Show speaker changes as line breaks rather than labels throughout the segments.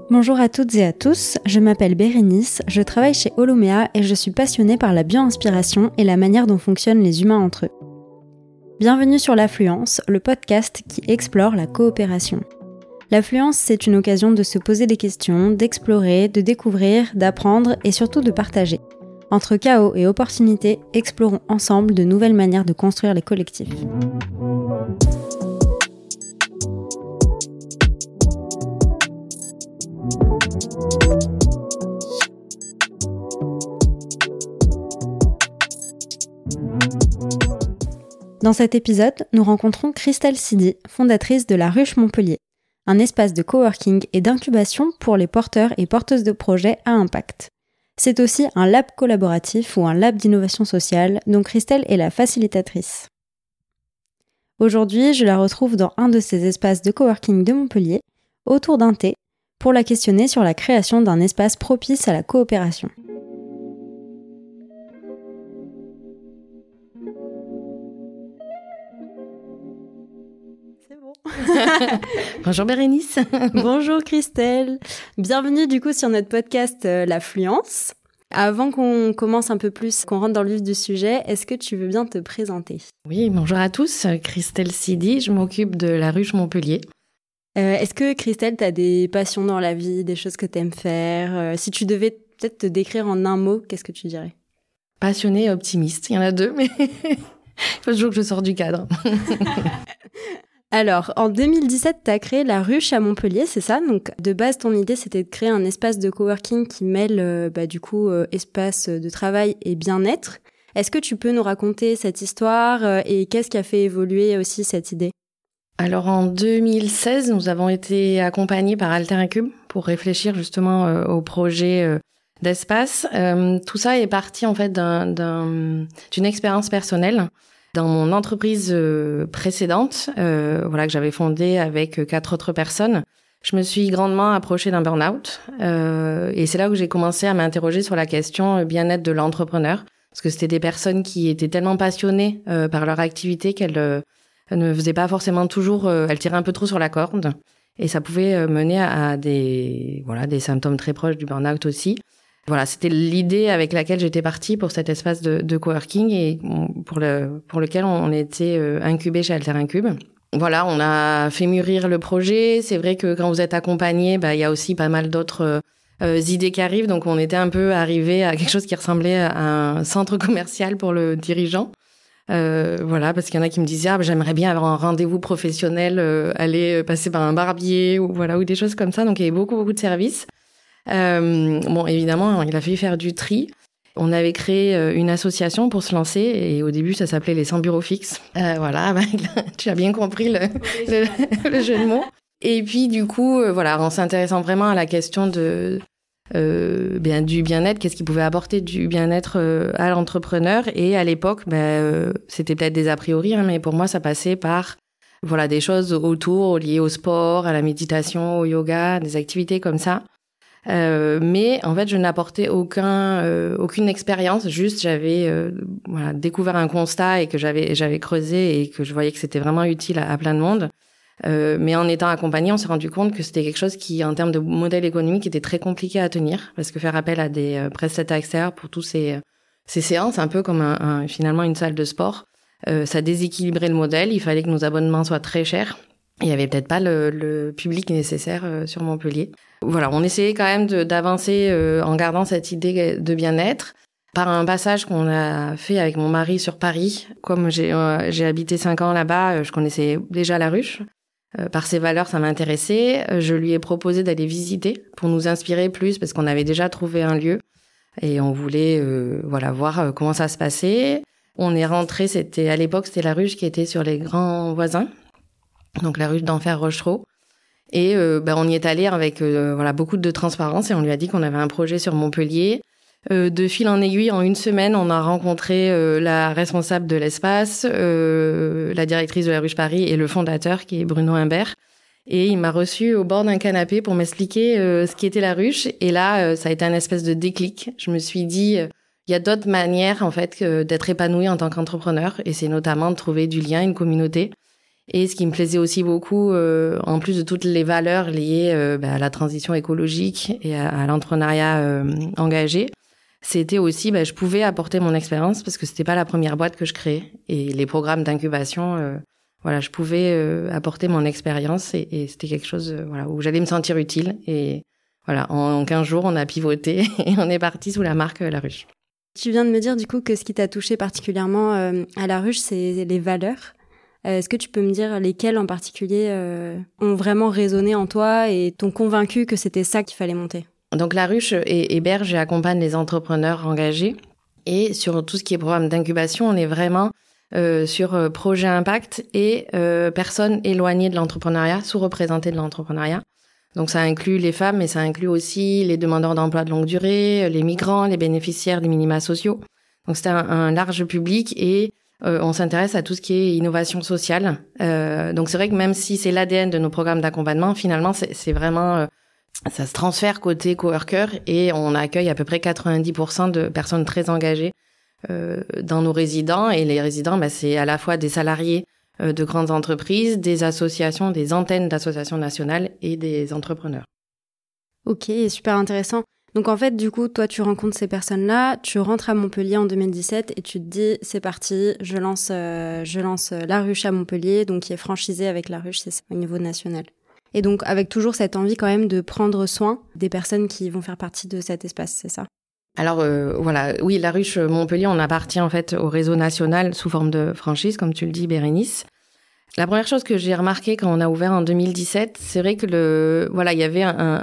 Bonjour à toutes et à tous, je m'appelle Bérénice, je travaille chez Holomea et je suis passionnée par la bio-inspiration et la manière dont fonctionnent les humains entre eux. Bienvenue sur l'Affluence, le podcast qui explore la coopération. L'Affluence, c'est une occasion de se poser des questions, d'explorer, de découvrir, d'apprendre et surtout de partager. Entre chaos et opportunités, explorons ensemble de nouvelles manières de construire les collectifs. Dans cet épisode, nous rencontrons Christelle Sidi, fondatrice de La Ruche Montpellier, un espace de coworking et d'incubation pour les porteurs et porteuses de projets à impact. C'est aussi un lab collaboratif ou un lab d'innovation sociale dont Christelle est la facilitatrice. Aujourd'hui, je la retrouve dans un de ces espaces de coworking de Montpellier, autour d'un thé, pour la questionner sur la création d'un espace propice à la coopération.
Bonjour Bérénice.
Bonjour Christelle. Bienvenue du coup sur notre podcast L'Affluence. Avant qu'on commence un peu plus, qu'on rentre dans le vif du sujet, est-ce que tu veux bien te présenter ?
Oui, bonjour à tous. Christelle Sidi, je m'occupe de La Ruche Montpellier.
Est-ce que Christelle, tu as des passions dans la vie, des choses que tu aimes faire ? Si tu devais peut-être te décrire en un mot, qu'est-ce que tu dirais ?
Passionnée et optimiste. Il y en a deux, mais il faut toujours que je sors du cadre.
Alors, en 2017, tu as créé La Ruche à Montpellier, c'est ça ? Donc, de base, ton idée, c'était de créer un espace de coworking qui mêle, espace de travail et bien-être. Est-ce que tu peux nous raconter cette histoire et qu'est-ce qui a fait évoluer aussi cette idée ?
Alors, en 2016, nous avons été accompagnés par Alter-Incube pour réfléchir justement au projet d'espace. Tout ça est parti, en fait, d'une expérience personnelle. Dans mon entreprise précédente, que j'avais fondée avec 4 autres personnes, je me suis grandement approchée d'un burn-out. Et c'est là où j'ai commencé à m'interroger sur la question bien-être de l'entrepreneur. Parce que c'était des personnes qui étaient tellement passionnées par leur activité qu'elles ne faisaient pas forcément toujours... elles tiraient un peu trop sur la corde. Et ça pouvait mener à des symptômes très proches du burn-out aussi. Voilà, c'était l'idée avec laquelle j'étais partie pour cet espace de coworking et pour lequel on était incubé chez Alter-Incube. Voilà, on a fait mûrir le projet. C'est vrai que quand vous êtes accompagné, il y a aussi pas mal d'autres idées qui arrivent. Donc, on était un peu arrivé à quelque chose qui ressemblait à un centre commercial pour le dirigeant. Parce qu'il y en a qui me disaient j'aimerais bien avoir un rendez-vous professionnel, aller passer par un barbier ou des choses comme ça. Donc, il y avait beaucoup de services. Évidemment, il a fallu faire du tri. On avait créé une association pour se lancer et au début, ça s'appelait les 100 bureaux fixes. Tu as bien compris le jeu de mots. Et puis, du coup, en s'intéressant vraiment à la question du bien-être, qu'est-ce qui pouvait apporter du bien-être à l'entrepreneur. Et à l'époque, c'était peut-être des a priori, mais pour moi, ça passait par des choses autour liées au sport, à la méditation, au yoga, des activités comme ça. Mais en fait, je n'apportais aucune expérience. Juste, j'avais découvert un constat et que j'avais creusé et que je voyais que c'était vraiment utile à plein de monde. Mais en étant accompagnée, on s'est rendu compte que c'était quelque chose qui, en termes de modèle économique, était très compliqué à tenir parce que faire appel à des prestataires extérieurs pour tous ces séances, un peu comme finalement une salle de sport, ça déséquilibrait le modèle. Il fallait que nos abonnements soient très chers. Il n'y avait peut-être pas le public nécessaire sur Montpellier. Voilà, on essayait quand même d'avancer en gardant cette idée de bien-être. Par un passage qu'on a fait avec mon mari sur Paris, comme j'ai habité 5 ans là-bas, je connaissais déjà La Ruche. Par ses valeurs, ça m'intéressait. Je lui ai proposé d'aller visiter pour nous inspirer plus parce qu'on avait déjà trouvé un lieu et on voulait voir comment ça se passait. On est rentré, à l'époque, c'était La Ruche qui était sur les grands voisins. Donc la Ruche d'Enfer Rochereau. Et on y est allé avec beaucoup de transparence et on lui a dit qu'on avait un projet sur Montpellier. De fil en aiguille, en une semaine, on a rencontré la responsable de l'espace, la directrice de La Ruche Paris et le fondateur qui est Bruno Imbert. Et il m'a reçu au bord d'un canapé pour m'expliquer ce qui était La Ruche. Et là, ça a été un espèce de déclic. Je me suis dit, il y a d'autres manières en fait d'être épanoui en tant qu'entrepreneur. Et c'est notamment de trouver du lien, une communauté. Et ce qui me plaisait aussi beaucoup, en plus de toutes les valeurs liées à la transition écologique et à l'entrepreneuriat engagé, c'était aussi, je pouvais apporter mon expérience parce que c'était pas la première boîte que je créais. Et les programmes d'incubation, je pouvais apporter mon expérience et c'était quelque chose où j'allais me sentir utile. Et voilà, en 15 jours, on a pivoté et on est parti sous la marque La Ruche.
Tu viens de me dire du coup que ce qui t'a touché particulièrement à La Ruche, c'est les valeurs. Est-ce que tu peux me dire lesquelles en particulier ont vraiment résonné en toi et t'ont convaincu que c'était ça qu'il fallait monter ?
Donc La Ruche héberge et accompagne les entrepreneurs engagés. Et sur tout ce qui est programme d'incubation, on est vraiment sur projet impact et personnes éloignées de l'entrepreneuriat, sous-représentées de l'entrepreneuriat. Donc ça inclut les femmes, mais ça inclut aussi les demandeurs d'emploi de longue durée, les migrants, les bénéficiaires des minima sociaux. Donc c'est un large public et on s'intéresse à tout ce qui est innovation sociale. Donc c'est vrai que même si c'est l'ADN de nos programmes d'accompagnement, finalement c'est vraiment ça se transfère côté coworker et on accueille à peu près 90% de personnes très engagées dans nos résidents. Et les résidents, c'est à la fois des salariés de grandes entreprises, des associations, des antennes d'associations nationales et des entrepreneurs.
Ok, super intéressant. Donc en fait, du coup, toi, tu rencontres ces personnes-là, tu rentres à Montpellier en 2017 et tu te dis, c'est parti, je lance La Ruche à Montpellier, donc qui est franchisée avec La Ruche, c'est ça, au niveau national. Et donc avec toujours cette envie quand même de prendre soin des personnes qui vont faire partie de cet espace, c'est ça ?
Alors oui, La Ruche Montpellier, on appartient en fait au réseau national sous forme de franchise, comme tu le dis, Bérénice. La première chose que j'ai remarqué quand on a ouvert en 2017, c'est vrai que il y avait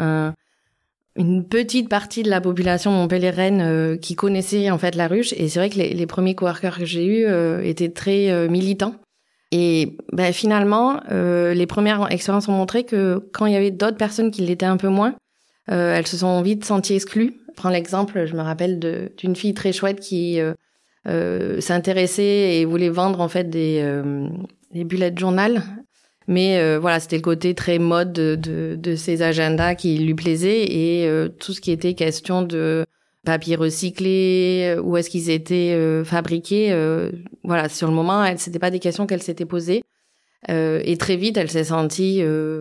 une petite partie de la population montpelliéraine qui connaissait en fait La Ruche, et c'est vrai que les premiers coworkers que j'ai eus étaient très militants. Et finalement, les premières expériences ont montré que quand il y avait d'autres personnes qui l'étaient un peu moins, elles se sont vite senties exclues. Je prends l'exemple, je me rappelle d'une fille très chouette qui s'intéressait et voulait vendre en fait des bullet journal. Mais c'était le côté très mode de ces agendas qui lui plaisait et tout ce qui était question de papier recyclé, où est-ce qu'ils étaient fabriqués. Sur le moment, c'était pas des questions qu'elle s'était posées. Et très vite, elle s'est sentie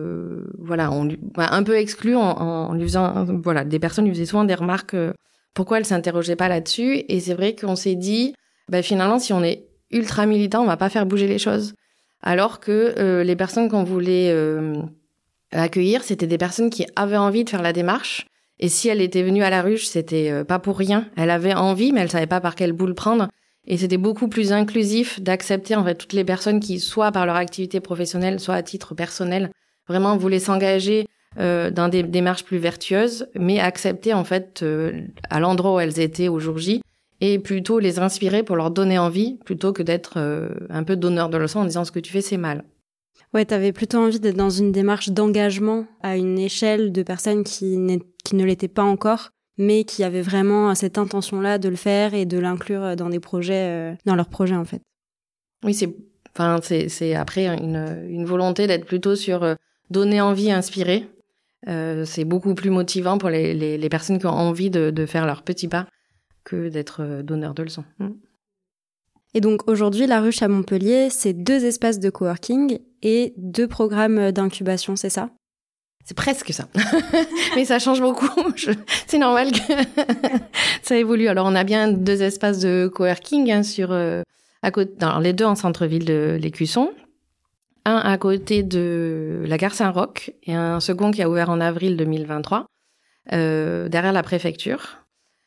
un peu exclue en lui faisant des personnes lui faisaient souvent des remarques pourquoi elle s'interrogeait pas là-dessus. Et c'est vrai qu'on s'est dit finalement, si on est ultra militant, on va pas faire bouger les choses. Alors que les personnes qu'on voulait accueillir, c'était des personnes qui avaient envie de faire la démarche. Et si elle était venue à La Ruche, c'était pas pour rien. Elle avait envie, mais elle savait pas par quelle boule prendre. Et c'était beaucoup plus inclusif d'accepter en fait toutes les personnes qui, soit par leur activité professionnelle, soit à titre personnel, vraiment voulaient s'engager dans des démarches plus vertueuses, mais accepter en fait à l'endroit où elles étaient au jour J, et plutôt les inspirer pour leur donner envie, plutôt que d'être un peu donneur de leçons en disant ce que tu fais c'est mal.
Ouais, t'avais plutôt envie d'être dans une démarche d'engagement à une échelle de personnes qui ne l'étaient pas encore, mais qui avaient vraiment cette intention-là de le faire et de l'inclure dans des projets, dans leurs projets en fait.
Oui, c'est après une volonté d'être plutôt sur donner envie, inspirer. C'est beaucoup plus motivant pour les personnes qui ont envie de faire leur petit pas que d'être donneur de leçons.
Et donc aujourd'hui, La Ruche à Montpellier, c'est 2 espaces de coworking et 2 programmes d'incubation, c'est ça ?
C'est presque ça. Mais ça change beaucoup. C'est normal que ça évolue. Alors, on a bien 2 espaces de coworking à côté, les 2 en centre-ville de l'Écusson. Un à côté de la gare Saint-Roch et un second qui a ouvert en avril 2023, derrière la préfecture.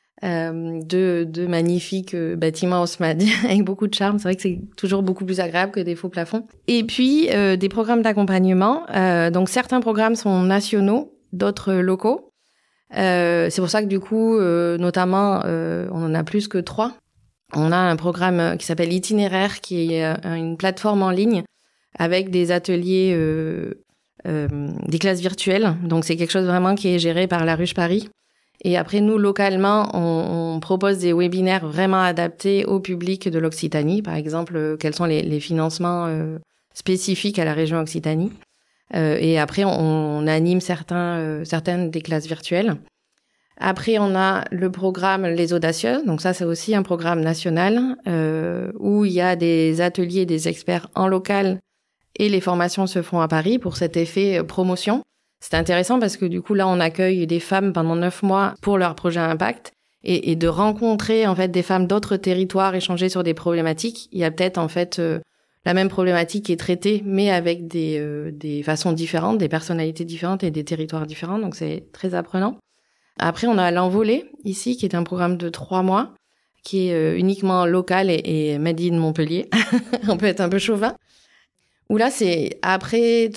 2 magnifiques bâtiments haussmanniens avec beaucoup de charme. C'est vrai que c'est toujours beaucoup plus agréable que des faux plafonds. Et puis des programmes d'accompagnement. Donc certains programmes sont nationaux, d'autres locaux. C'est pour ça que du coup, notamment, on en a plus que 3. On a un programme qui s'appelle Itinéraire, qui est une plateforme en ligne avec des ateliers, des classes virtuelles. Donc c'est quelque chose vraiment qui est géré par La Ruche Paris. Et après, nous, localement, on propose des webinaires vraiment adaptés au public de l'Occitanie. Par exemple, quels sont les financements spécifiques à la région Occitanie. Et après, on anime certaines des classes virtuelles. Après, on a le programme Les Audacieuses. Donc ça, c'est aussi un programme national où il y a des ateliers des experts en local et les formations se font à Paris pour cet effet promotion. C'est intéressant parce que du coup, là, on accueille des femmes pendant 9 mois pour leur projet à impact et de rencontrer en fait des femmes d'autres territoires, échanger sur des problématiques. Il y a peut-être en fait la même problématique qui est traitée, mais avec des façons différentes, des personnalités différentes et des territoires différents. Donc, c'est très apprenant. Après, on a l'Envolée, ici, qui est un programme de 3 mois, qui est uniquement local et made in Montpellier. On peut être un peu chauvin. Où là, c'est après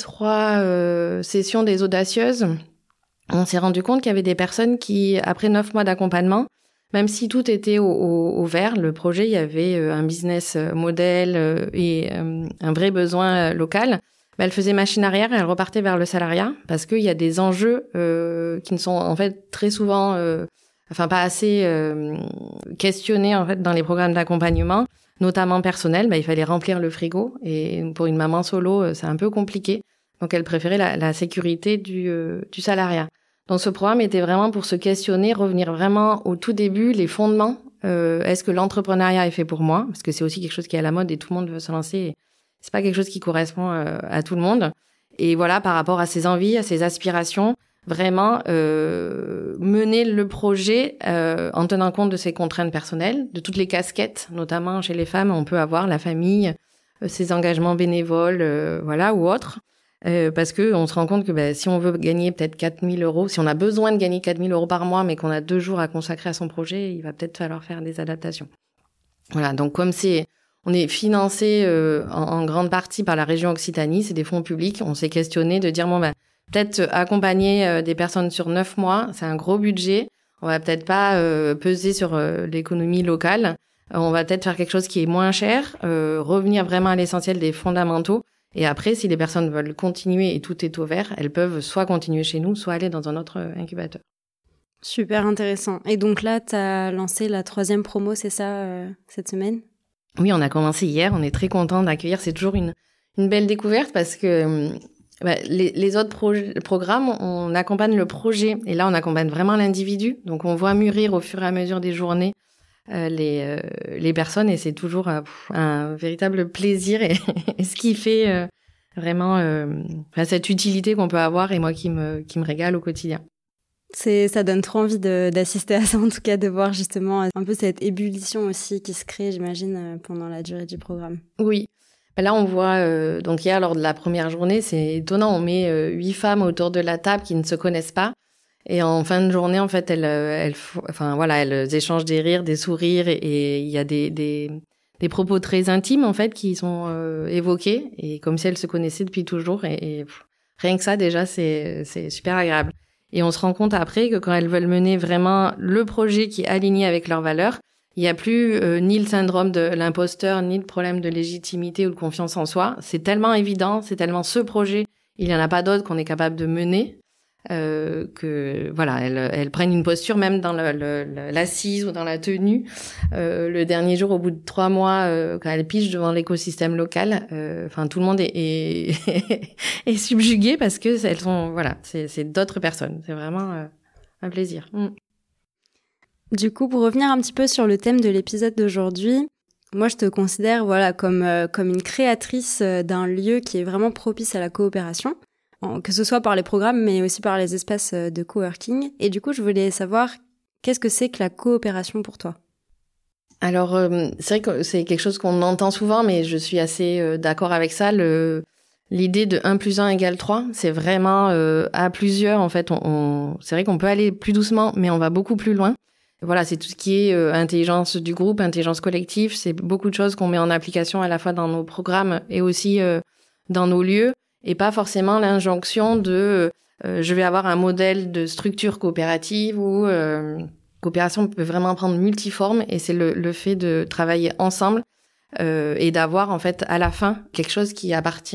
3 sessions des audacieuses, on s'est rendu compte qu'il y avait des personnes qui, après 9 mois d'accompagnement, même si tout était au vert, le projet, il y avait un business model et un vrai besoin local, elle faisait machine arrière et elle repartait vers le salariat parce qu'il y a des enjeux qui ne sont en fait très souvent, pas assez questionnés en fait dans les programmes d'accompagnement, notamment personnel. Il fallait remplir le frigo et pour une maman solo, c'est un peu compliqué. Donc elle préférait la sécurité du salariat. Donc ce programme était vraiment pour se questionner, revenir vraiment au tout début, les fondements. Est-ce que l'entrepreneuriat est fait pour moi? Parce que c'est aussi quelque chose qui est à la mode et tout le monde veut se lancer. C'est pas quelque chose qui correspond à tout le monde. Et voilà, par rapport à ses envies, à ses aspirations, vraiment mener le projet en tenant compte de ses contraintes personnelles, de toutes les casquettes, notamment chez les femmes, on peut avoir la famille, ses engagements bénévoles, ou autres. Parce que on se rend compte que si on veut gagner peut-être 4 000 euros, si on a besoin de gagner 4 000 euros par mois, mais qu'on a 2 jours à consacrer à son projet, il va peut-être falloir faire des adaptations. Voilà, donc comme on est financé en grande partie par la région Occitanie, c'est des fonds publics, on s'est questionné de dire peut-être accompagner des personnes sur 9 mois, c'est un gros budget, on va peut-être pas peser sur l'économie locale, on va peut-être faire quelque chose qui est moins cher, revenir vraiment à l'essentiel des fondamentaux. Et après, si les personnes veulent continuer et tout est ouvert, elles peuvent soit continuer chez nous, soit aller dans un autre incubateur.
Super intéressant. Et donc là, tu as lancé la 3e promo, c'est ça, cette semaine?
Oui, on a commencé hier. On est très content d'accueillir. C'est toujours une belle découverte parce que les autres programmes, on accompagne le projet. Et là, on accompagne vraiment l'individu. Donc, on voit mûrir au fur et à mesure des journées les personnes et c'est toujours un véritable plaisir et ce qui fait vraiment cette utilité qu'on peut avoir et moi qui me régale au quotidien.
Ça donne trop envie d'assister à ça, en tout cas de voir justement un peu cette ébullition aussi qui se crée, j'imagine, pendant la durée du programme.
Oui. Là, on voit, donc hier, lors de la première journée, c'est étonnant, on met 8 femmes autour de la table qui ne se connaissent pas. Et en fin de journée, en fait, elles échangent des rires, des sourires et il y a des propos très intimes, en fait, qui sont évoqués et comme si elles se connaissaient depuis toujours. Et rien que ça, déjà, c'est super agréable. Et on se rend compte après que quand elles veulent mener vraiment le projet qui est aligné avec leurs valeurs, il n'y a plus ni le syndrome de l'imposteur, ni le problème de légitimité ou de confiance en soi. C'est tellement évident, c'est tellement ce projet, il n'y en a pas d'autre qu'on est capable de mener. Que voilà, elles prennent une posture même dans l'assise ou dans la tenue. Le dernier jour, au bout de 3 mois, quand elles pigent devant l'écosystème local, tout le monde est est subjugué parce que elles sont c'est d'autres personnes. C'est vraiment un plaisir.
Du coup, pour revenir un petit peu sur le thème de l'épisode d'aujourd'hui, moi je te considère comme une créatrice d'un lieu qui est vraiment propice à la coopération. Que ce soit par les programmes, mais aussi par les espaces de coworking. Et du coup, je voulais savoir, qu'est-ce que c'est que la coopération pour toi?
Alors, c'est vrai que c'est quelque chose qu'on entend souvent, mais je suis assez d'accord avec ça. L'idée de 1 + 1 = 3, c'est vraiment à plusieurs, en fait. C'est vrai qu'on peut aller plus doucement, mais on va beaucoup plus loin. Voilà, c'est tout ce qui est intelligence du groupe, intelligence collective. C'est beaucoup de choses qu'on met en application à la fois dans nos programmes et aussi dans nos lieux. Et pas forcément l'injonction de je vais avoir un modèle de structure coopérative où coopération peut vraiment prendre multiforme et c'est le fait de travailler ensemble et d'avoir en fait à la fin quelque chose qui appartient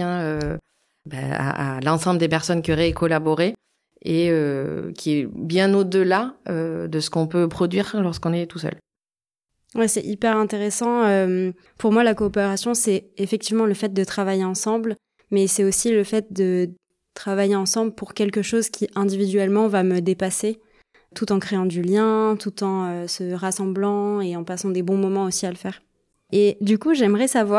à l'ensemble des personnes qui auraient collaboré et qui est bien au-delà de ce qu'on peut produire lorsqu'on est tout seul.
Ouais, c'est hyper intéressant. Pour moi, la coopération, c'est effectivement le fait de travailler ensemble, mais c'est aussi le fait de travailler ensemble pour quelque chose qui individuellement va me dépasser, tout en créant du lien, tout en se rassemblant et en passant des bons moments aussi à le faire. Et du coup, j'aimerais savoir,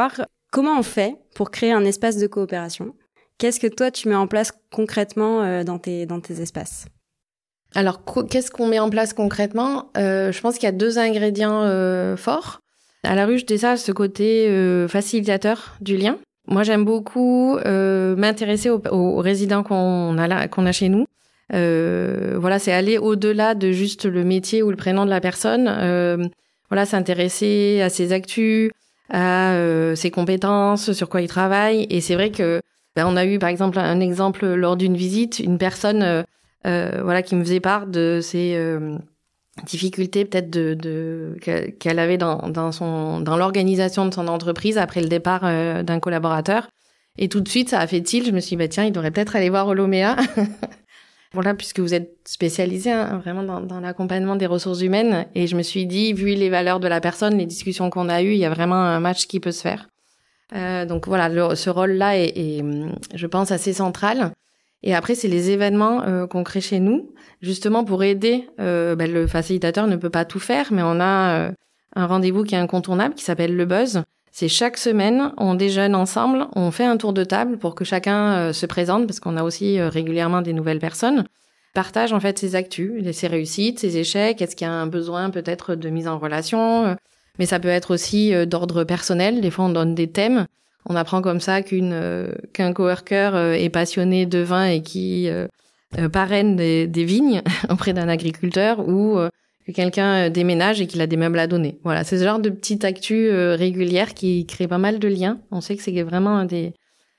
Comment on fait pour créer un espace de coopération ? Qu'est-ce que toi, tu mets en place concrètement dans tes espaces ?
Alors, qu'est-ce qu'on met en place concrètement ? Je pense qu'il y a 2 ingrédients forts. À la ruche, déjà, ce côté facilitateur du lien. Moi, j'aime beaucoup m'intéresser aux résidents qu'on a chez nous. Voilà, c'est aller au-delà de juste le métier ou le prénom de la personne. Voilà, s'intéresser à ses actus, à ses compétences, sur quoi il travaille. Et c'est vrai que on a eu, par exemple, un exemple lors d'une visite, une personne voilà, qui me faisait part de ses difficultés peut-être qu'elle avait dans l'organisation de son entreprise après le départ d'un collaborateur. Et tout de suite, ça a fait tilt. Je me suis dit, tiens, il devrait peut-être aller voir Olomea. Voilà, puisque vous êtes spécialisé vraiment dans l'accompagnement des ressources humaines. Et je me suis dit, vu les valeurs de la personne, les discussions qu'on a eues, il y a vraiment un match qui peut se faire. Donc voilà, ce rôle-là est, je pense, assez central. Et après, c'est les événements qu'on crée chez nous, justement pour aider. Le facilitateur ne peut pas tout faire, mais on a un rendez-vous qui est incontournable, qui s'appelle le Buzz. C'est chaque semaine, on déjeune ensemble, on fait un tour de table pour que chacun se présente, parce qu'on a aussi régulièrement des nouvelles personnes, partage en fait ses actus, ses réussites, ses échecs, est-ce qu'il y a un besoin peut-être de mise en relation, mais ça peut être aussi d'ordre personnel, des fois on donne des thèmes, on apprend comme ça qu'un coworker est passionné de vin et qui parraine des vignes auprès d'un agriculteur, ou que quelqu'un déménage et qu'il a des meubles à donner. Voilà, c'est ce genre de petite actu régulière qui crée pas mal de liens. On sait que c'est vraiment des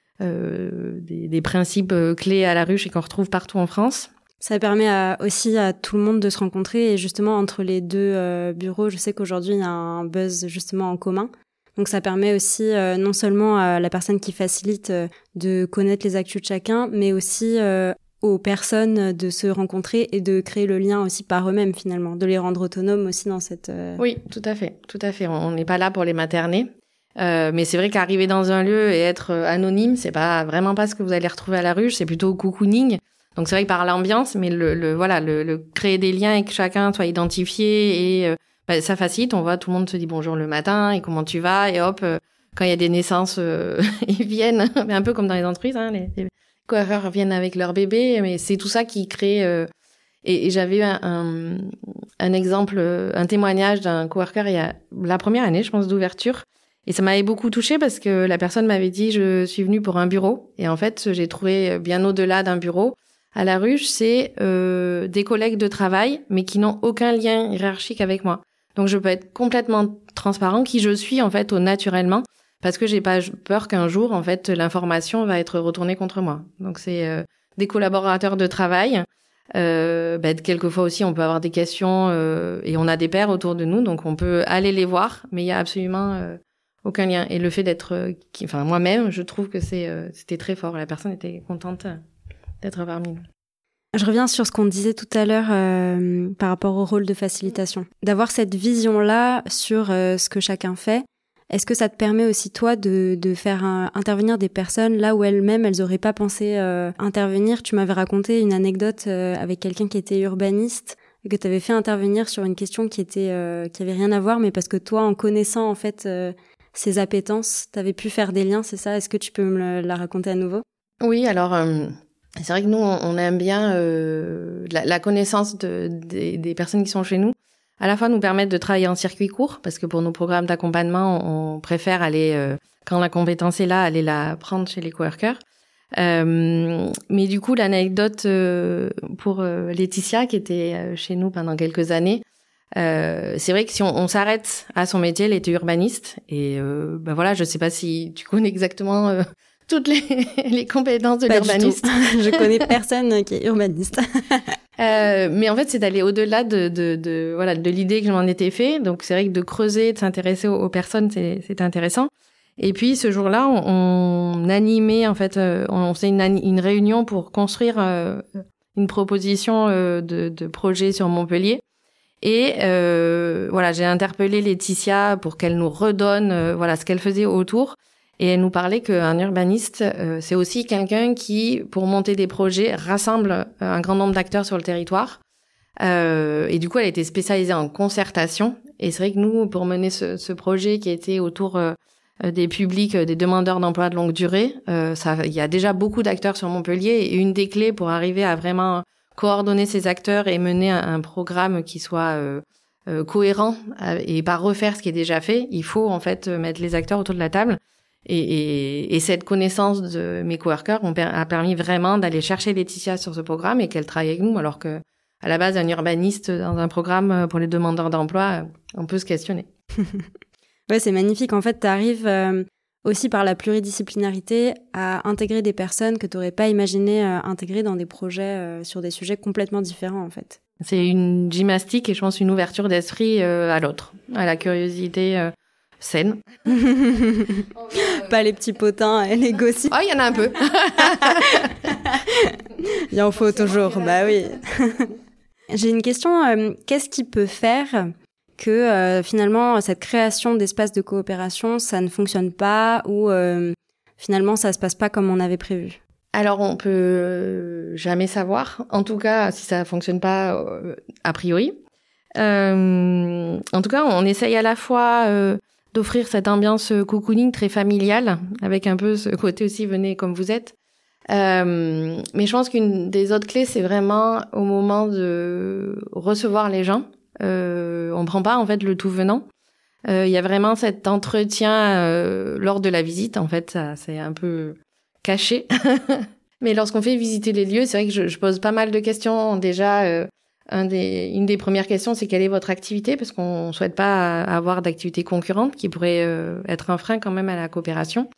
principes clés à la ruche et qu'on retrouve partout en France.
Ça permet aussi à tout le monde de se rencontrer, et justement entre les 2 bureaux, je sais qu'aujourd'hui il y a un buzz justement en commun. Donc ça permet aussi non seulement à la personne qui facilite de connaître les actus de chacun, mais aussi aux personnes de se rencontrer et de créer le lien aussi par eux-mêmes finalement, de les rendre autonomes aussi dans cette...
Oui, tout à fait. On n'est pas là pour les materner. Mais c'est vrai qu'arriver dans un lieu et être anonyme, c'est vraiment pas ce que vous allez retrouver à la ruche, c'est plutôt cocooning. Donc c'est vrai que par l'ambiance, mais le créer des liens et que chacun soit identifié et ça facilite. On voit tout le monde se dit bonjour le matin et comment tu vas, et hop, quand il y a des naissances, ils viennent, mais un peu comme dans les entreprises, hein, les coiffeurs viennent avec leur bébé, mais c'est tout ça qui crée. Et j'avais eu un exemple, un témoignage d'un coworker il y a la première année, je pense, d'ouverture. Et ça m'avait beaucoup touchée parce que la personne m'avait dit, je suis venue pour un bureau. Et en fait, j'ai trouvé bien au-delà d'un bureau. À la ruche, c'est des collègues de travail, mais qui n'ont aucun lien hiérarchique avec moi. Donc, je peux être complètement transparent qui je suis, en fait, naturellement. Parce que j'ai pas peur qu'un jour, en fait, l'information va être retournée contre moi. Donc, c'est des collaborateurs de travail. Quelquefois aussi, on peut avoir des questions et on a des pairs autour de nous, donc on peut aller les voir, mais il y a absolument aucun lien. Et le fait d'être... moi-même, je trouve que c'était très fort. La personne était contente d'être parmi nous.
Je reviens sur ce qu'on disait tout à l'heure par rapport au rôle de facilitation. D'avoir cette vision-là sur ce que chacun fait. Est-ce que ça te permet aussi, toi, de faire intervenir des personnes là où elles-mêmes, elles auraient pas pensé intervenir ? Tu m'avais raconté une anecdote avec quelqu'un qui était urbaniste et que tu avais fait intervenir sur une question qui avait rien à voir, mais parce que toi, en connaissant en fait ses appétences, tu avais pu faire des liens, c'est ça ? Est-ce que tu peux me la raconter à nouveau ?
Oui, alors c'est vrai que nous, on aime bien la connaissance des personnes qui sont chez nous. À la fois nous permettre de travailler en circuit court, parce que pour nos programmes d'accompagnement, on préfère aller, quand la compétence est là, aller la prendre chez les coworkers. Mais du coup, l'anecdote pour Laetitia, qui était chez nous pendant quelques années, c'est vrai que si on s'arrête à son métier, elle était urbaniste. Et voilà, je sais pas si tu connais exactement toutes les compétences de l'urbaniste.
Je connais personne qui est urbaniste.
Mais en fait, c'est d'aller au-delà de l'idée que je m'en étais fait. Donc, c'est vrai que de creuser, de s'intéresser aux personnes, c'est intéressant. Et puis, ce jour-là, on animait, en fait, on faisait une réunion pour construire une proposition de projet sur Montpellier. Et j'ai interpellé Laetitia pour qu'elle nous redonne ce qu'elle faisait autour. Et elle nous parlait qu'un urbaniste, c'est aussi quelqu'un qui, pour monter des projets, rassemble un grand nombre d'acteurs sur le territoire. Et du coup, elle était spécialisée en concertation. Et c'est vrai que nous, pour mener ce projet qui était autour des publics, des demandeurs d'emploi de longue durée. Il y a déjà beaucoup d'acteurs sur Montpellier et une des clés pour arriver à vraiment coordonner ces acteurs et mener un programme qui soit cohérent et pas refaire ce qui est déjà fait, il faut en fait mettre les acteurs autour de la table. Et cette connaissance de mes coworkers a permis vraiment d'aller chercher Laetitia sur ce programme et qu'elle travaille avec nous, alors que à la base, un urbaniste dans un programme pour les demandeurs d'emploi, on peut se questionner.
Ouais, c'est magnifique. En fait, tu arrives aussi par la pluridisciplinarité à intégrer des personnes que tu n'aurais pas imaginé intégrer dans des projets sur des sujets complètement différents, en fait.
C'est une gymnastique et je pense une ouverture d'esprit à l'autre, à la curiosité saine.
Pas les petits potins et les gossips.
Oh, il y en a un peu.
Il en faut toujours, bah oui. J'ai une question. Qu'est-ce qui peut faire que finalement cette création d'espaces de coopération, ça ne fonctionne pas ou finalement ça se passe pas comme on avait prévu?
Alors on peut jamais savoir, en tout cas si ça fonctionne pas a priori. En tout cas on essaye à la fois d'offrir cette ambiance cocooning très familiale, avec un peu ce côté aussi venez comme vous êtes. Mais je pense qu'une des autres clés c'est vraiment au moment de recevoir les gens. On prend pas en fait le tout venant. Il y a vraiment cet entretien lors de la visite. En fait, ça c'est un peu caché. Mais lorsqu'on fait visiter les lieux, c'est vrai que je pose pas mal de questions. Déjà, une des premières questions, c'est quelle est votre activité, parce qu'on souhaite pas avoir d'activité concurrente qui pourrait être un frein quand même à la coopération.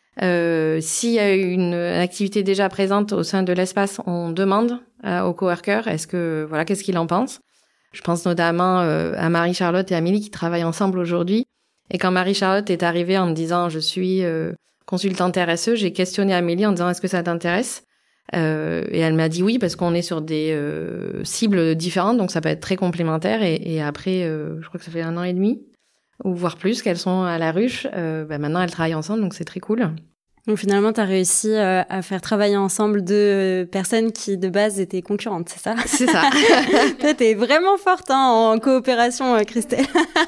S'il y a une activité déjà présente au sein de l'espace, on demande aux coworkers qu'est-ce qu'il en pense. Je pense notamment à Marie-Charlotte et Amélie qui travaillent ensemble aujourd'hui. Et quand Marie-Charlotte est arrivée en me disant « je suis consultante RSE », j'ai questionné Amélie en disant « est-ce que ça t'intéresse ?» Et elle m'a dit oui, parce qu'on est sur des cibles différentes, donc ça peut être très complémentaire. Et après, je crois que ça fait 1 an et demi, ou voire plus, qu'elles sont à la ruche. Maintenant, elles travaillent ensemble, donc c'est très cool.
Donc finalement, tu as réussi à faire travailler ensemble deux personnes qui, de base, étaient concurrentes, c'est ça?
C'est ça.
Toi, t'es vraiment forte en coopération, Christelle.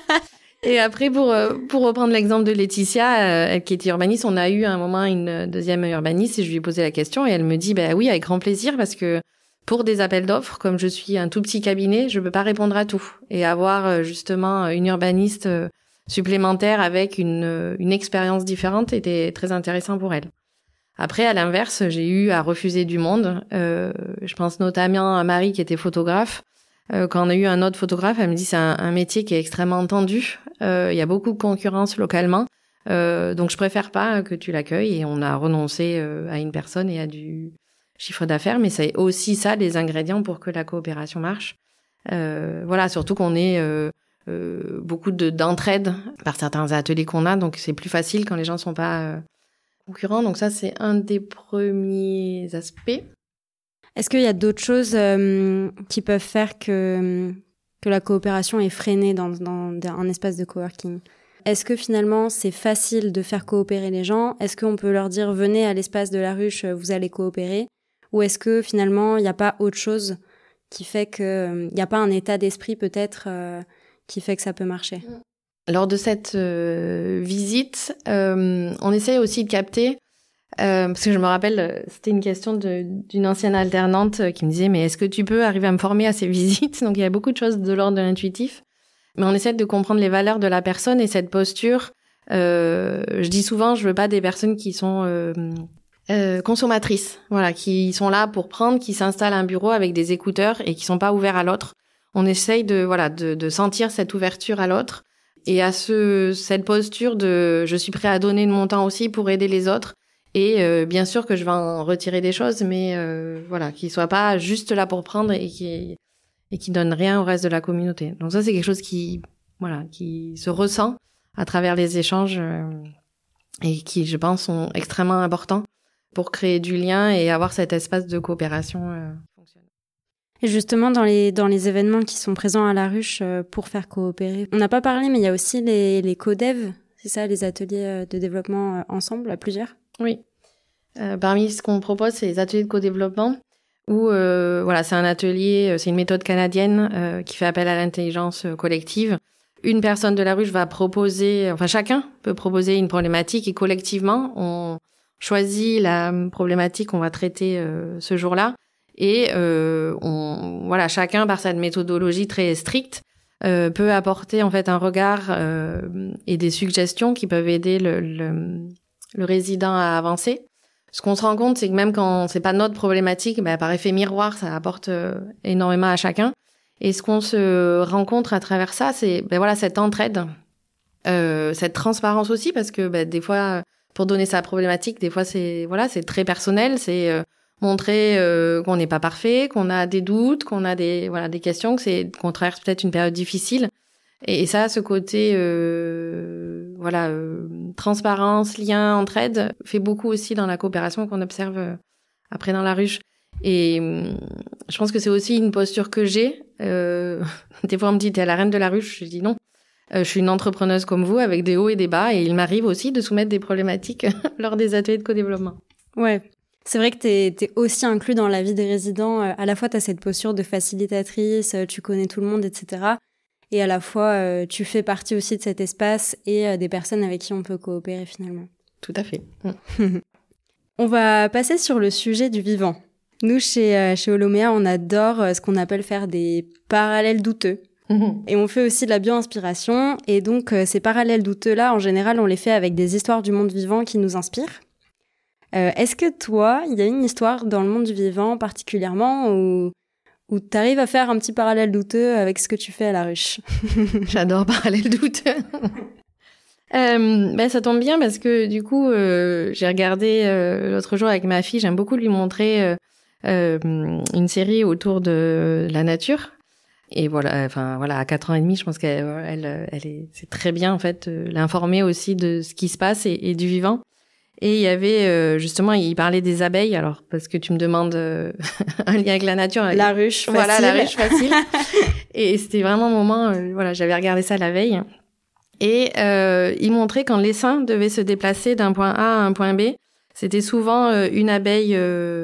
Et après, pour reprendre l'exemple de Laetitia, elle qui était urbaniste, on a eu à un moment une deuxième urbaniste et je lui ai posé la question et elle me dit « oui, avec grand plaisir, parce que pour des appels d'offres, comme je suis un tout petit cabinet, je peux pas répondre à tout. Et avoir justement une urbaniste supplémentaire avec une expérience différente était très intéressant pour elle. Après, à l'inverse, j'ai eu à refuser du monde. Je pense notamment à Marie qui était photographe. Quand on a eu un autre photographe, elle me dit c'est un métier qui est extrêmement tendu. Il y a beaucoup de concurrence localement. Donc je préfère pas que tu l'accueilles. Et on a renoncé à une personne et à du chiffre d'affaires. Mais c'est aussi ça, les ingrédients pour que la coopération marche. Voilà, surtout qu'on est... beaucoup d'entraide par certains ateliers qu'on a, donc c'est plus facile quand les gens sont pas concurrents. Donc ça, c'est un des premiers aspects.
Est-ce qu'il y a d'autres choses qui peuvent faire que la coopération est freinée dans un espace de coworking? Est-ce que finalement, c'est facile de faire coopérer les gens? Est-ce qu'on peut leur dire « venez à l'espace de la ruche, vous allez coopérer » Ou est-ce que finalement, il n'y a pas autre chose qui fait qu'il n'y a pas un état d'esprit peut-être qui fait que ça peut marcher?
Lors de cette visite, on essaye aussi de capter, parce que je me rappelle, c'était une question d'une ancienne alternante qui me disait « mais est-ce que tu peux arriver à me former à ces visites ?» Donc il y a beaucoup de choses de l'ordre de l'intuitif, mais on essaie de comprendre les valeurs de la personne et cette posture. Je dis souvent, je veux pas des personnes qui sont consommatrices, voilà, qui sont là pour prendre, qui s'installent à un bureau avec des écouteurs et qui sont pas ouverts à l'autre. On essaye de sentir cette ouverture à l'autre et à cette posture de je suis prêt à donner de mon temps aussi pour aider les autres et bien sûr que je vais en retirer des choses, mais voilà, qu'ils soient pas juste là pour prendre et qui donnent rien au reste de la communauté. Donc ça c'est quelque chose qui se ressent à travers les échanges et qui je pense sont extrêmement importants pour créer du lien et avoir cet espace de coopération fonctionnel.
Et justement, dans les événements qui sont présents à la ruche pour faire coopérer, on n'a pas parlé, mais il y a aussi les co-dev, c'est ça, les ateliers de développement ensemble, à plusieurs?
Oui. Parmi ce qu'on propose, c'est les ateliers de co-développement, où c'est un atelier, c'est une méthode canadienne qui fait appel à l'intelligence collective, une personne de la ruche va proposer, enfin chacun peut proposer une problématique et collectivement on choisit la problématique qu'on va traiter ce jour-là et voilà, chacun par sa méthodologie très stricte peut apporter en fait un regard et des suggestions qui peuvent aider le résident à avancer. Ce qu'on se rend compte, c'est que même quand c'est pas notre problématique, par effet miroir, ça apporte énormément à chacun. Et ce qu'on se rencontre à travers ça, c'est voilà cette entraide, cette transparence aussi, parce que des fois, pour donner sa problématique, des fois c'est très personnel, c'est montrer qu'on n'est pas parfait, qu'on a des doutes, qu'on a des questions, qu'on traverse peut-être une période difficile. Et ça, ce côté transparence, lien, entraide, fait beaucoup aussi dans la coopération qu'on observe après dans la ruche. Et je pense que c'est aussi une posture que j'ai. Des fois, on me dit, t'es la reine de la ruche. Je dis non. Je suis une entrepreneuse comme vous, avec des hauts et des bas. Et il m'arrive aussi de soumettre des problématiques lors des ateliers de co-développement.
Ouais. C'est vrai que t'es aussi inclus dans la vie des résidents. À la fois, t'as cette posture de facilitatrice, tu connais tout le monde, etc. Et à la fois, tu fais partie aussi de cet espace et des personnes avec qui on peut coopérer finalement.
Tout à fait.
On va passer sur le sujet du vivant. Nous, chez Holomea, on adore ce qu'on appelle faire des parallèles douteux. Et on fait aussi de la bio-inspiration. Et donc, ces parallèles douteux-là, en général, on les fait avec des histoires du monde vivant qui nous inspirent. Est-ce que toi, il y a une histoire dans le monde du vivant particulièrement où t'arrives à faire un petit parallèle douteux avec ce que tu fais à la ruche?
J'adore parallèle douteux. Ça tombe bien parce que du coup, j'ai regardé l'autre jour avec ma fille, j'aime beaucoup lui montrer une série autour de la nature. Et voilà, à 4 ans et demi, je pense c'est très bien en fait l'informer aussi de ce qui se passe et du vivant. Et il y avait justement, il parlait des abeilles. Alors parce que tu me demandes un lien avec la nature.
La ruche facile.
Voilà, la ruche facile. Et c'était vraiment un moment. J'avais regardé ça la veille. Et il montrait quand l'essaim devait se déplacer d'un point A à un point B, c'était souvent une abeille,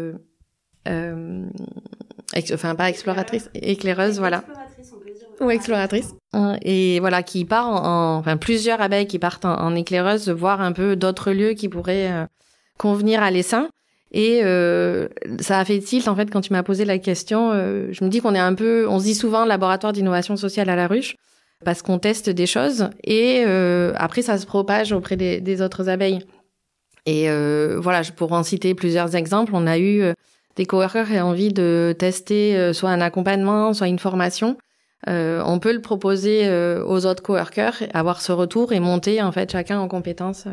pas exploratrice, éclaireuse, voilà. Ou exploratrice. Et voilà, qui part plusieurs abeilles qui partent en éclaireuse, voir un peu d'autres lieux qui pourraient convenir à l'essaim. Et ça a fait tilt, en fait, quand tu m'as posé la question. Je me dis qu'on on se dit souvent laboratoire d'innovation sociale à la ruche, parce qu'on teste des choses et après ça se propage auprès des autres abeilles. Et je pourrais en citer plusieurs exemples. On a eu des coworkers qui ont envie de tester soit un accompagnement, soit une formation. On peut le proposer aux autres coworkers, avoir ce retour et monter en fait chacun en compétences.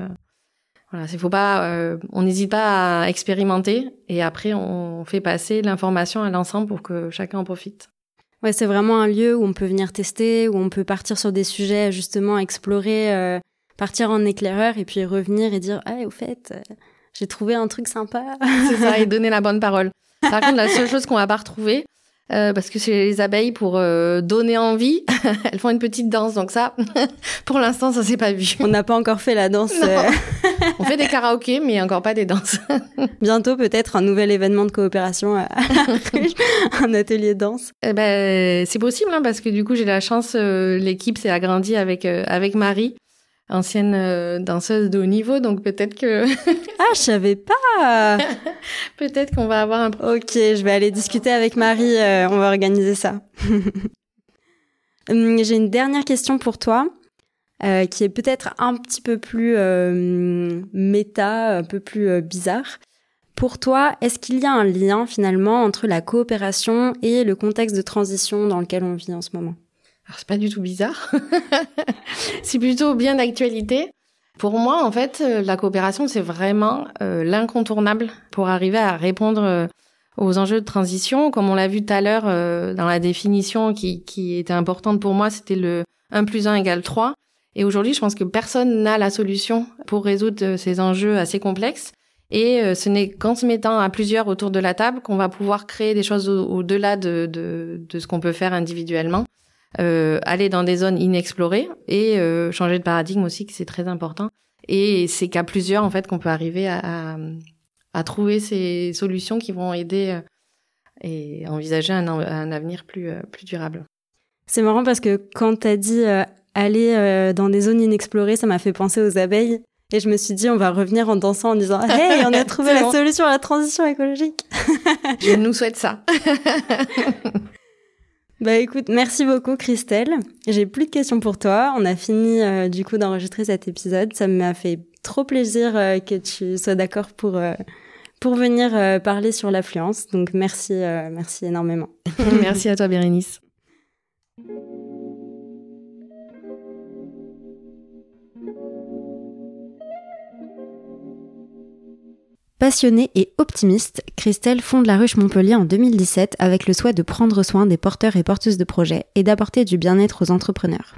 On n'hésite pas à expérimenter et après on fait passer l'information à l'ensemble pour que chacun en profite.
Ouais, c'est vraiment un lieu où on peut venir tester, où on peut partir sur des sujets, justement, explorer, partir en éclaireur et puis revenir et dire « Ah, au fait, j'ai trouvé un truc sympa. »
C'est ça, et donner la bonne parole. Par contre, la seule chose qu'on va pas retrouver, parce que chez les abeilles, pour donner envie, elles font une petite danse. Donc ça, pour l'instant, ça s'est pas vu.
On n'a pas encore fait la danse.
On fait des karaokés, mais encore pas des danses.
Bientôt, peut-être, un nouvel événement de coopération à un atelier de danse.
C'est possible, hein, parce que du coup, j'ai la chance, l'équipe s'est agrandie avec Marie, ancienne danseuse de haut niveau, donc peut-être que...
Ah, je savais pas.
Peut-être qu'on va avoir un...
Ok, je vais aller discuter avec Marie, on va organiser ça. J'ai une dernière question pour toi. Qui est peut-être un petit peu plus méta, un peu plus bizarre. Pour toi, est-ce qu'il y a un lien finalement entre la coopération et le contexte de transition dans lequel on vit en ce moment ?
Alors, c'est pas du tout bizarre. C'est plutôt bien d'actualité. Pour moi, en fait, la coopération, c'est vraiment l'incontournable pour arriver à répondre aux enjeux de transition. Comme on l'a vu tout à l'heure dans la définition qui était importante pour moi, c'était le 1 + 1 = 3. Et aujourd'hui, je pense que personne n'a la solution pour résoudre ces enjeux assez complexes. Et ce n'est qu'en se mettant à plusieurs autour de la table qu'on va pouvoir créer des choses au-delà de ce qu'on peut faire individuellement. Aller dans des zones inexplorées et changer de paradigme aussi, que c'est très important. Et c'est qu'à plusieurs, en fait, qu'on peut arriver à trouver ces solutions qui vont aider et envisager un avenir plus durable.
C'est marrant parce que quand t'as dit aller dans des zones inexplorées, ça m'a fait penser aux abeilles. Et je me suis dit, on va revenir en dansant en disant « Hey, on a trouvé la solution à la transition écologique !»
Je nous souhaite ça.
Bah écoute, merci beaucoup Christelle. J'ai plus de questions pour toi. On a fini du coup d'enregistrer cet épisode. Ça m'a fait trop plaisir que tu sois d'accord pour venir parler sur l'affluence. Donc merci énormément.
Merci à toi Bérénice.
Passionnée et optimiste, Christelle fonde la Ruche Montpellier en 2017 avec le souhait de prendre soin des porteurs et porteuses de projets et d'apporter du bien-être aux entrepreneurs.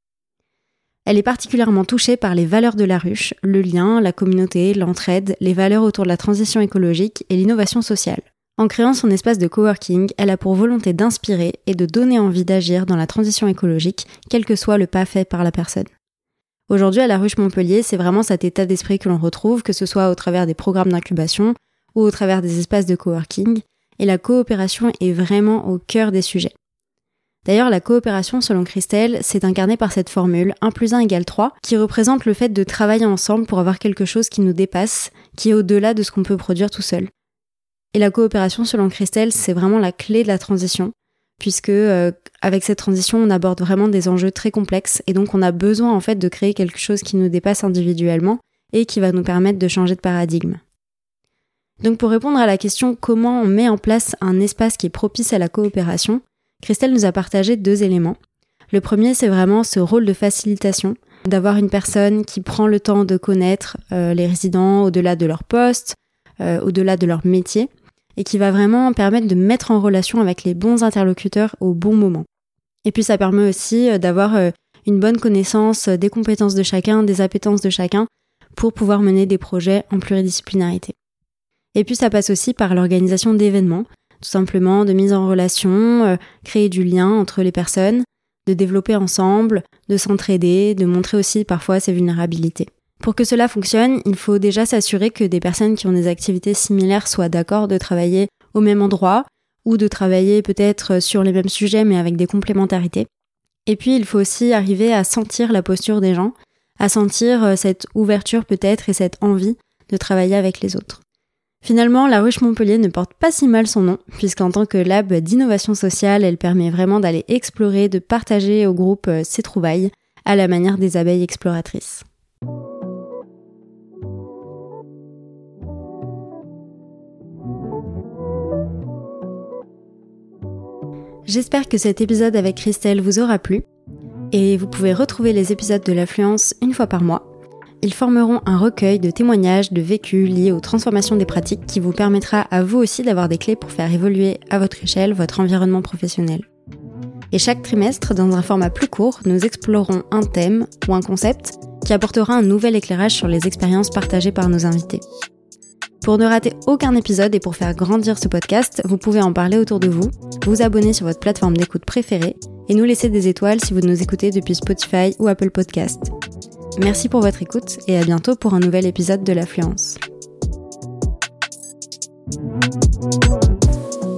Elle est particulièrement touchée par les valeurs de la ruche, le lien, la communauté, l'entraide, les valeurs autour de la transition écologique et l'innovation sociale. En créant son espace de coworking, elle a pour volonté d'inspirer et de donner envie d'agir dans la transition écologique, quel que soit le pas fait par la personne. Aujourd'hui, à la Ruche Montpellier, c'est vraiment cet état d'esprit que l'on retrouve, que ce soit au travers des programmes d'incubation ou au travers des espaces de coworking, et la coopération est vraiment au cœur des sujets. D'ailleurs, la coopération, selon Christelle, c'est incarné par cette formule 1 + 1 = 3, qui représente le fait de travailler ensemble pour avoir quelque chose qui nous dépasse, qui est au-delà de ce qu'on peut produire tout seul. Et la coopération, selon Christelle, c'est vraiment la clé de la transition, puisque avec cette transition, on aborde vraiment des enjeux très complexes et donc on a besoin en fait de créer quelque chose qui nous dépasse individuellement et qui va nous permettre de changer de paradigme. Donc pour répondre à la question comment on met en place un espace qui est propice à la coopération, Christelle nous a partagé 2 éléments. Le premier, c'est vraiment ce rôle de facilitation, d'avoir une personne qui prend le temps de connaître les résidents au-delà de leur poste, au-delà de leur métier, et qui va vraiment permettre de mettre en relation avec les bons interlocuteurs au bon moment. Et puis ça permet aussi d'avoir une bonne connaissance des compétences de chacun, des appétences de chacun, pour pouvoir mener des projets en pluridisciplinarité. Et puis ça passe aussi par l'organisation d'événements, tout simplement de mise en relation, créer du lien entre les personnes, de développer ensemble, de s'entraider, de montrer aussi parfois ses vulnérabilités. Pour que cela fonctionne, il faut déjà s'assurer que des personnes qui ont des activités similaires soient d'accord de travailler au même endroit ou de travailler peut-être sur les mêmes sujets mais avec des complémentarités. Et puis il faut aussi arriver à sentir la posture des gens, à sentir cette ouverture peut-être et cette envie de travailler avec les autres. Finalement, la Ruche Montpellier ne porte pas si mal son nom, puisqu'en tant que lab d'innovation sociale, elle permet vraiment d'aller explorer, de partager au groupe ses trouvailles, à la manière des abeilles exploratrices. J'espère que cet épisode avec Christelle vous aura plu, et vous pouvez retrouver les épisodes de l'Affluence une fois par mois. Ils formeront un recueil de témoignages de vécus liés aux transformations des pratiques qui vous permettra à vous aussi d'avoir des clés pour faire évoluer à votre échelle votre environnement professionnel. Et chaque trimestre, dans un format plus court, nous explorerons un thème ou un concept qui apportera un nouvel éclairage sur les expériences partagées par nos invités. Pour ne rater aucun épisode et pour faire grandir ce podcast, vous pouvez en parler autour de vous, vous abonner sur votre plateforme d'écoute préférée et nous laisser des étoiles si vous nous écoutez depuis Spotify ou Apple Podcast. Merci pour votre écoute et à bientôt pour un nouvel épisode de l'Affluence.